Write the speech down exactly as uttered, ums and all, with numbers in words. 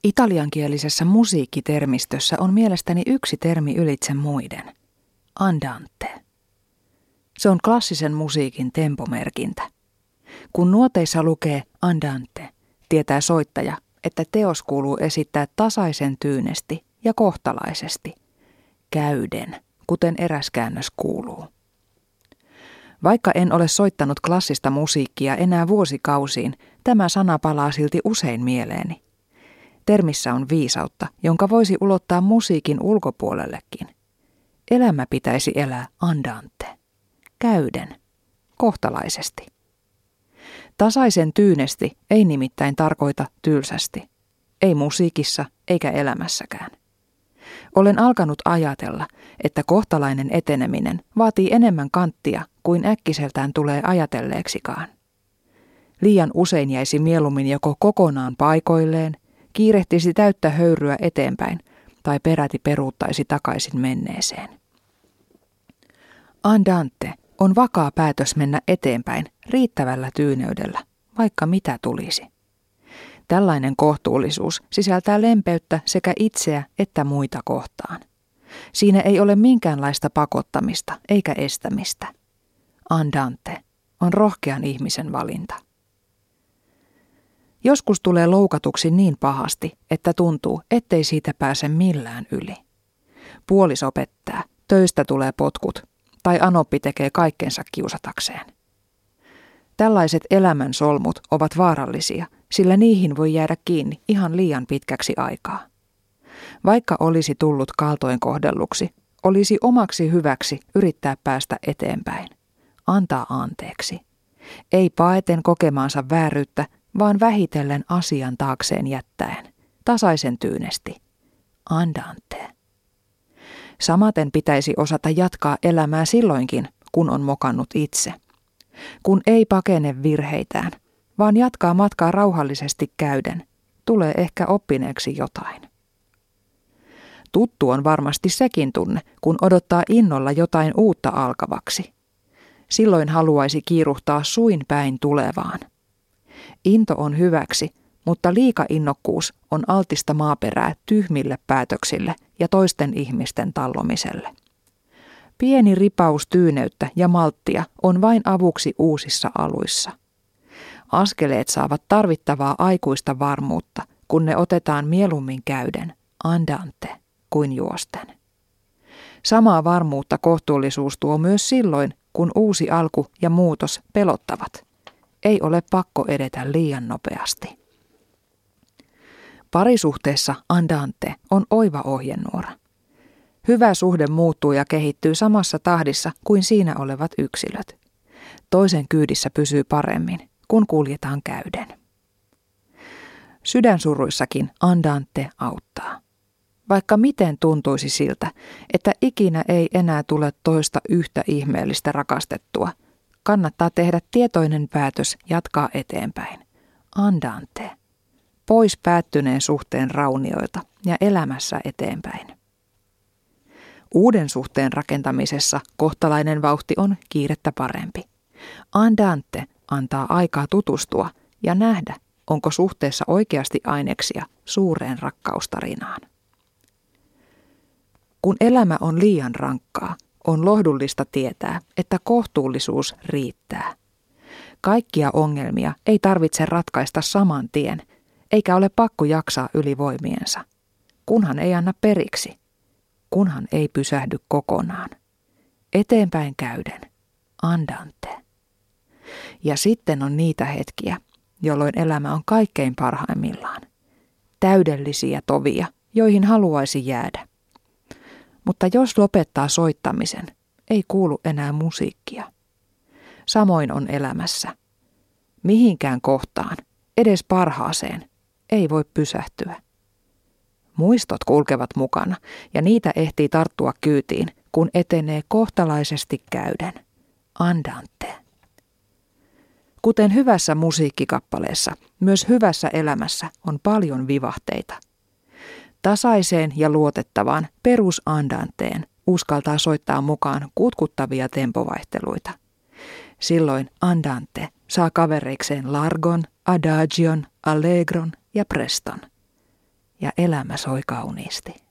Italiankielisessä musiikkitermistössä on mielestäni yksi termi ylitse muiden. Andante. Se on klassisen musiikin tempomerkintä. Kun nuoteissa lukee andante, tietää soittaja, että teos kuuluu esittää tasaisen tyynesti ja kohtalaisesti, käyden, kuten eräs käännös kuuluu. Vaikka en ole soittanut klassista musiikkia enää vuosikausiin, tämä sana palaa silti usein mieleeni. Termissä on viisautta, jonka voisi ulottaa musiikin ulkopuolellekin. Elämä pitäisi elää andante, käyden, kohtalaisesti. Tasaisen tyynesti ei nimittäin tarkoita tylsästi, ei musiikissa eikä elämässäkään. Olen alkanut ajatella, että kohtalainen eteneminen vaatii enemmän kanttia kuin äkkiseltään tulee ajatelleeksikaan. Liian usein jäisi mieluummin joko kokonaan paikoilleen, kiirehtisi täyttä höyryä eteenpäin tai peräti peruuttaisi takaisin menneeseen. Andante on vakaa päätös mennä eteenpäin riittävällä tyyneydellä, vaikka mitä tulisi. Tällainen kohtuullisuus sisältää lempeyttä sekä itseä että muita kohtaan. Siinä ei ole minkäänlaista pakottamista eikä estämistä. Andante on rohkean ihmisen valinta. Joskus tulee loukatuksi niin pahasti, että tuntuu, ettei siitä pääse millään yli. Puoliso pettää, töistä tulee potkut tai anoppi tekee kaikkensa kiusatakseen. Tällaiset elämän solmut ovat vaarallisia, sillä niihin voi jäädä kiinni ihan liian pitkäksi aikaa. Vaikka olisi tullut kaltoin kohdelluksi, olisi omaksi hyväksi yrittää päästä eteenpäin. Antaa anteeksi. Ei paeten kokemaansa vääryyttä, vaan vähitellen asian taakseen jättäen, tasaisen tyynesti. Andante. Samaten pitäisi osata jatkaa elämää silloinkin, kun on mokannut itse. Kun ei pakene virheitään, vaan jatkaa matkaa rauhallisesti käyden, tulee ehkä oppineeksi jotain. Tuttu on varmasti sekin tunne, kun odottaa innolla jotain uutta alkavaksi. Silloin haluaisi kiiruhtaa suin päin tulevaan. Into on hyväksi, mutta liikainnokkuus on altista maaperää tyhmille päätöksille ja toisten ihmisten tallomiselle. Pieni ripaus tyyneyttä ja malttia on vain avuksi uusissa aluissa. Askeleet saavat tarvittavaa aikuista varmuutta, kun ne otetaan mieluummin käyden, andante, kuin juosten. Samaa varmuutta kohtuullisuus tuo myös silloin, kun uusi alku ja muutos pelottavat. Ei ole pakko edetä liian nopeasti. Parisuhteessa andante on oiva ohjenuora. Hyvä suhde muuttuu ja kehittyy samassa tahdissa kuin siinä olevat yksilöt. Toisen kyydissä pysyy paremmin, kun kuljetaan käyden. Sydänsuruissakin andante auttaa. Vaikka miten tuntuisi siltä, että ikinä ei enää tule toista yhtä ihmeellistä rakastettua, kannattaa tehdä tietoinen päätös jatkaa eteenpäin. Andante. Pois päättyneen suhteen raunioilta ja elämässä eteenpäin. Uuden suhteen rakentamisessa kohtalainen vauhti on kiirettä parempi. Andante antaa aikaa tutustua ja nähdä, onko suhteessa oikeasti aineksia suureen rakkaustarinaan. Kun elämä on liian rankkaa, on lohdullista tietää, että kohtuullisuus riittää. Kaikkia ongelmia ei tarvitse ratkaista saman tien, eikä ole pakko jaksaa yli voimiensa, kunhan ei anna periksi, kunhan ei pysähdy kokonaan. Eteenpäin käyden, andante. Ja sitten on niitä hetkiä, jolloin elämä on kaikkein parhaimmillaan. Täydellisiä tovia, joihin haluaisi jäädä. Mutta jos lopettaa soittamisen, ei kuulu enää musiikkia. Samoin on elämässä. Mihinkään kohtaan, edes parhaaseen, ei voi pysähtyä. Muistot kulkevat mukana ja niitä ehtii tarttua kyytiin, kun etenee kohtalaisesti käyden. Andante. Kuten hyvässä musiikkikappaleessa, myös hyvässä elämässä on paljon vivahteita. Tasaiseen ja luotettavaan perusandanteen uskaltaa soittaa mukaan kutkuttavia tempovaihteluita. Silloin andante saa kavereikseen largon, adagion, allegron ja preston. ja elämä soi kauniisti.